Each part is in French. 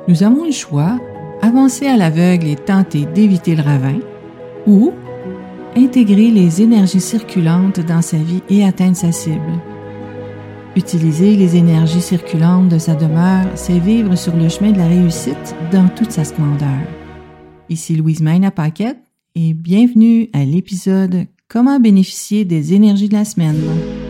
Nous avons le choix, avancer à l'aveugle et tenter d'éviter le ravin, ou intégrer les énergies circulantes dans sa vie et atteindre sa cible. Utiliser les énergies circulantes de sa demeure, c'est vivre sur le chemin de la réussite dans toute sa splendeur. Ici Louise Maina-Paquette et bienvenue à l'épisode « Comment bénéficier des énergies de la semaine ».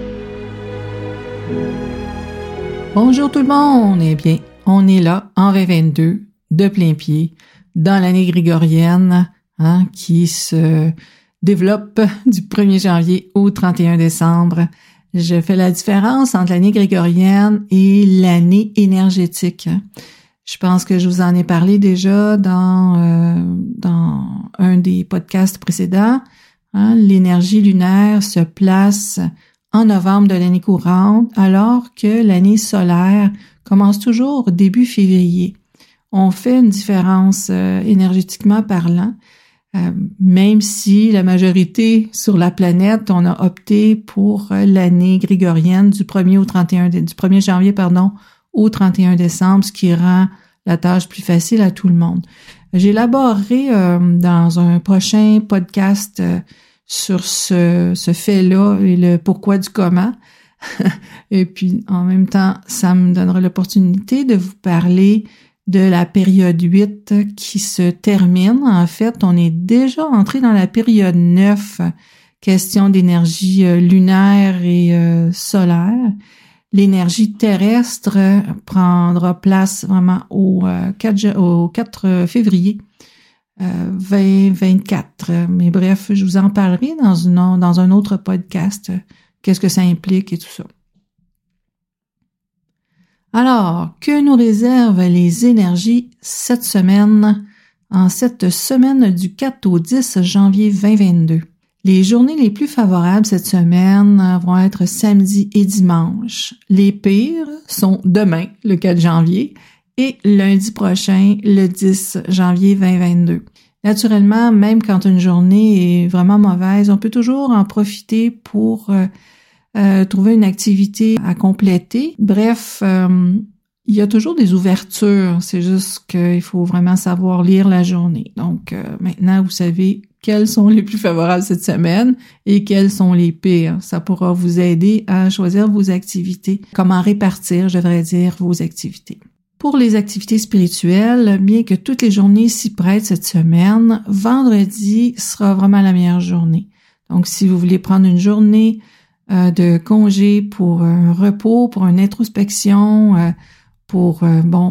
Bonjour tout le monde! Eh bien, on est là en 2022, de plein pied, dans l'année grégorienne qui se développe du 1er janvier au 31 décembre. Je fais la différence entre l'année grégorienne et l'année énergétique. Je pense que je vous en ai parlé déjà dans un des podcasts précédents. L'énergie lunaire se place en novembre de l'année courante, alors que l'année solaire commence toujours début février. On fait une différence énergétiquement parlant, même si la majorité sur la planète, on a opté pour l'année grégorienne du 1er janvier au 31 décembre, ce qui rend la tâche plus facile à tout le monde. J'élaborerai dans un prochain podcast sur ce fait-là et le pourquoi du comment. Et puis, en même temps, ça me donnera l'opportunité de vous parler de la période 8 qui se termine. En fait, on est déjà entré dans la période 9, question d'énergie lunaire et solaire. L'énergie terrestre prendra place vraiment au 4 février 2024. Mais bref, je vous en parlerai dans un autre podcast. Qu'est-ce que ça implique et tout ça. Alors, que nous réservent les énergies cette semaine, en cette semaine du 4 au 10 janvier 2022? Les journées les plus favorables cette semaine vont être samedi et dimanche. Les pires sont demain, le 4 janvier, et lundi prochain, le 10 janvier 2022. Naturellement, même quand une journée est vraiment mauvaise, on peut toujours en profiter pour trouver une activité à compléter. Bref, il y a toujours des ouvertures. C'est juste qu'il faut vraiment savoir lire la journée. Donc, maintenant, vous savez quelles sont les plus favorables cette semaine et quelles sont les pires. Ça pourra vous aider à choisir vos activités. Comment répartir, je devrais dire, vos activités. Pour les activités spirituelles, bien que toutes les journées s'y prêtent cette semaine, vendredi sera vraiment la meilleure journée. Donc, si vous voulez prendre une journée de congé pour un repos, pour une introspection, pour,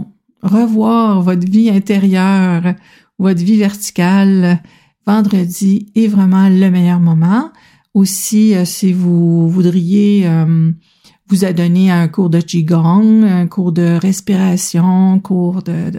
revoir votre vie intérieure, votre vie verticale, vendredi est vraiment le meilleur moment. Aussi, si vous voudriez vous adonner à un cours de Qigong, un cours de respiration, un cours de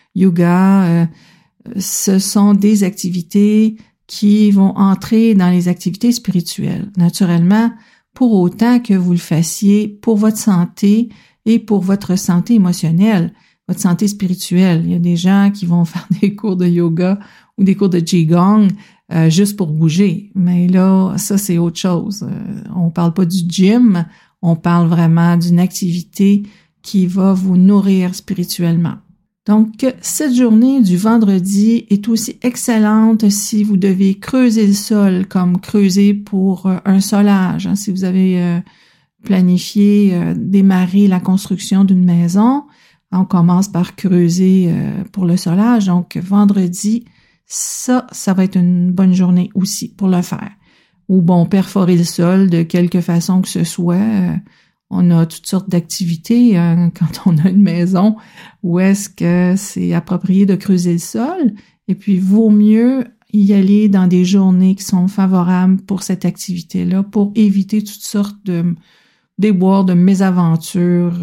yoga, ce sont des activités qui vont entrer dans les activités spirituelles. Naturellement, pour autant que vous le fassiez pour votre santé et pour votre santé émotionnelle, votre santé spirituelle. Il y a des gens qui vont faire des cours de yoga ou des cours de Qigong juste pour bouger. Mais là, ça, c'est autre chose. On parle pas du gym, on parle vraiment d'une activité qui va vous nourrir spirituellement. Donc, cette journée du vendredi est aussi excellente si vous devez creuser le sol, comme creuser pour un solage. Si vous avez planifié démarrer la construction d'une maison, on commence par creuser pour le solage. Donc, vendredi, ça va être une bonne journée aussi pour le faire. Ou perforer le sol de quelque façon que ce soit. On a toutes sortes d'activités quand on a une maison où est-ce que c'est approprié de creuser le sol. Et puis, vaut mieux y aller dans des journées qui sont favorables pour cette activité-là pour éviter toutes sortes de déboires, de mésaventures,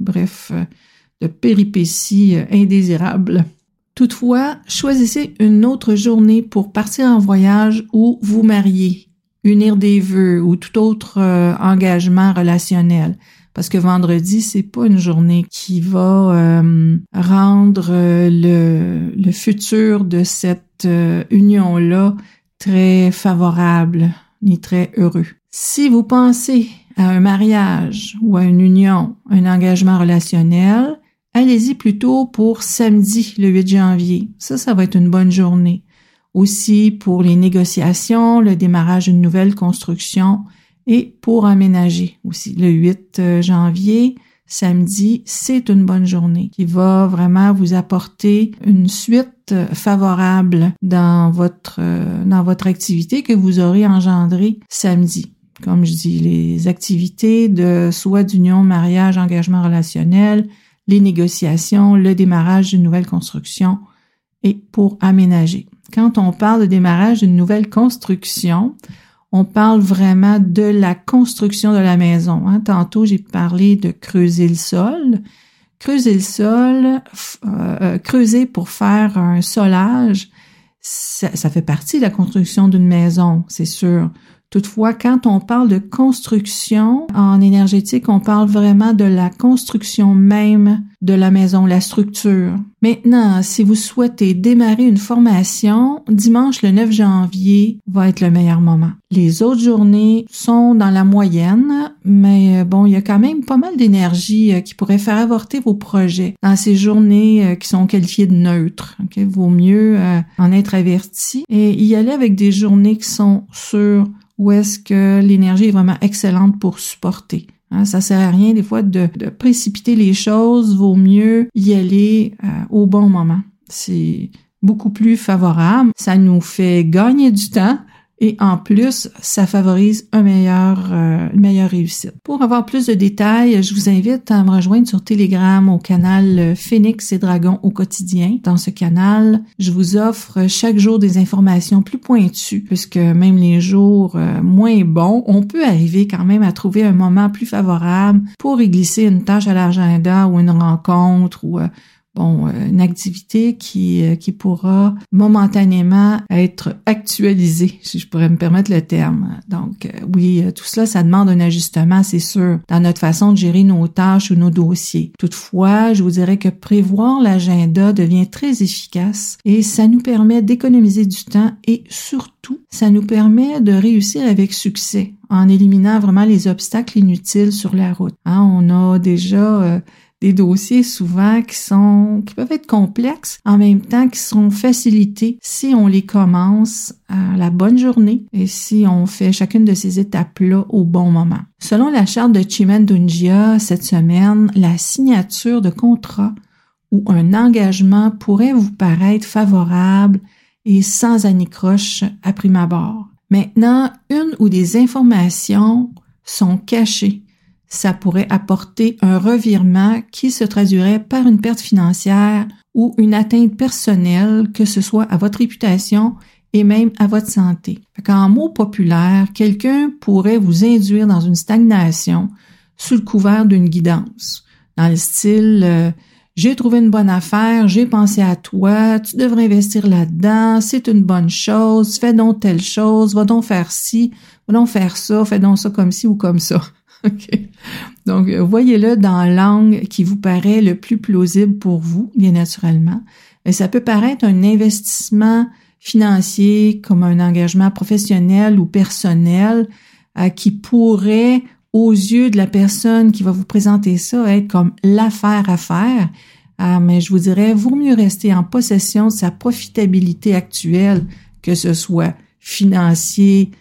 de péripéties indésirables. Toutefois, choisissez une autre journée pour partir en voyage ou vous marier, unir des vœux ou tout autre engagement relationnel. Parce que vendredi, c'est pas une journée qui va rendre le futur de cette union-là très favorable ni très heureux. Si vous pensez à un mariage ou à une union, un engagement relationnel, allez-y plutôt pour samedi, le 8 janvier. Ça va être une bonne journée. Aussi pour les négociations, le démarrage d'une nouvelle construction et pour aménager aussi. Le 8 janvier, samedi, c'est une bonne journée qui va vraiment vous apporter une suite favorable dans votre activité que vous aurez engendrée samedi. Comme je dis, les activités de soit d'union, mariage, engagement relationnel, les négociations, le démarrage d'une nouvelle construction et pour aménager. Quand on parle de démarrage d'une nouvelle construction, on parle vraiment de la construction de la maison. Tantôt, j'ai parlé de creuser le sol. Creuser le sol, creuser pour faire un solage, ça fait partie de la construction d'une maison, c'est sûr. Toutefois, quand on parle de construction en énergétique, on parle vraiment de la construction même de la maison, la structure. Maintenant, si vous souhaitez démarrer une formation, dimanche le 9 janvier va être le meilleur moment. Les autres journées sont dans la moyenne, mais bon, il y a quand même pas mal d'énergie qui pourrait faire avorter vos projets dans ces journées qui sont qualifiées de neutres. Okay? Vaut mieux en être averti et y aller avec des journées qui sont sûres où est-ce que l'énergie est vraiment excellente pour supporter. Ça sert à rien des fois de précipiter les choses, vaut mieux y aller au bon moment. C'est beaucoup plus favorable, ça nous fait gagner du temps et en plus, ça favorise une meilleure réussite. Pour avoir plus de détails, je vous invite à me rejoindre sur Telegram au canal Phénix et Dragon au quotidien. Dans ce canal, je vous offre chaque jour des informations plus pointues, puisque même les jours moins bons, on peut arriver quand même à trouver un moment plus favorable pour y glisser une tâche à l'agenda ou une rencontre ou une activité qui pourra momentanément être actualisée, si je pourrais me permettre le terme. Donc, oui, tout cela, ça demande un ajustement, c'est sûr, dans notre façon de gérer nos tâches ou nos dossiers. Toutefois, je vous dirais que prévoir l'agenda devient très efficace et ça nous permet d'économiser du temps et surtout, ça nous permet de réussir avec succès en éliminant vraiment les obstacles inutiles sur la route. On a déjà des dossiers souvent qui peuvent être complexes, en même temps qui sont facilités si on les commence à la bonne journée et si on fait chacune de ces étapes-là au bon moment. Selon la charte de Chimandunjia, cette semaine, la signature de contrat ou un engagement pourrait vous paraître favorable et sans anicroche à prime abord. Maintenant, une ou des informations sont cachées. Ça pourrait apporter un revirement qui se traduirait par une perte financière ou une atteinte personnelle, que ce soit à votre réputation et même à votre santé. En mots populaires, quelqu'un pourrait vous induire dans une stagnation sous le couvert d'une guidance. Dans le style j'ai trouvé une bonne affaire, j'ai pensé à toi, tu devrais investir là-dedans, c'est une bonne chose, fais donc telle chose, va donc faire ci, va donc faire ça, fais donc ça comme ci ou comme ça. OK. Donc, voyez-le dans l'angle qui vous paraît le plus plausible pour vous, bien naturellement. Mais ça peut paraître un investissement financier comme un engagement professionnel ou personnel qui pourrait, aux yeux de la personne qui va vous présenter ça, être comme l'affaire à faire. Mais je vous dirais, vaut mieux rester en possession de sa profitabilité actuelle, que ce soit financier,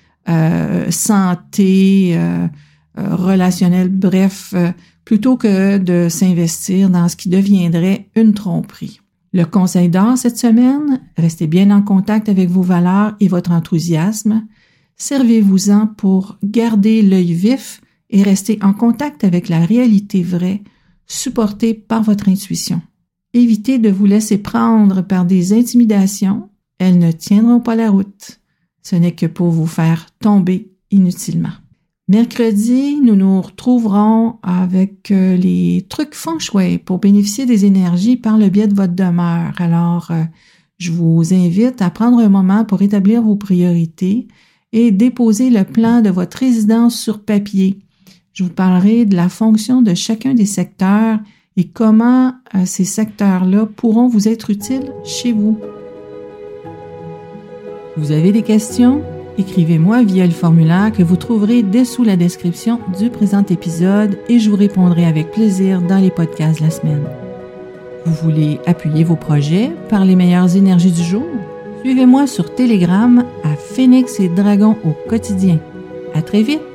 santé, relationnel, bref, plutôt que de s'investir dans ce qui deviendrait une tromperie. Le conseil d'or cette semaine, restez bien en contact avec vos valeurs et votre enthousiasme. Servez-vous-en pour garder l'œil vif et rester en contact avec la réalité vraie, supportée par votre intuition. Évitez de vous laisser prendre par des intimidations, elles ne tiendront pas la route. Ce n'est que pour vous faire tomber inutilement. Mercredi, nous nous retrouverons avec les trucs feng shui pour bénéficier des énergies par le biais de votre demeure. Alors, je vous invite à prendre un moment pour établir vos priorités et déposer le plan de votre résidence sur papier. Je vous parlerai de la fonction de chacun des secteurs et comment ces secteurs-là pourront vous être utiles chez vous. Vous avez des questions? Écrivez-moi via le formulaire que vous trouverez dessous la description du présent épisode et je vous répondrai avec plaisir dans les podcasts de la semaine. Vous voulez appuyer vos projets par les meilleures énergies du jour? Suivez-moi sur Telegram à Phénix et Dragon au quotidien. À très vite!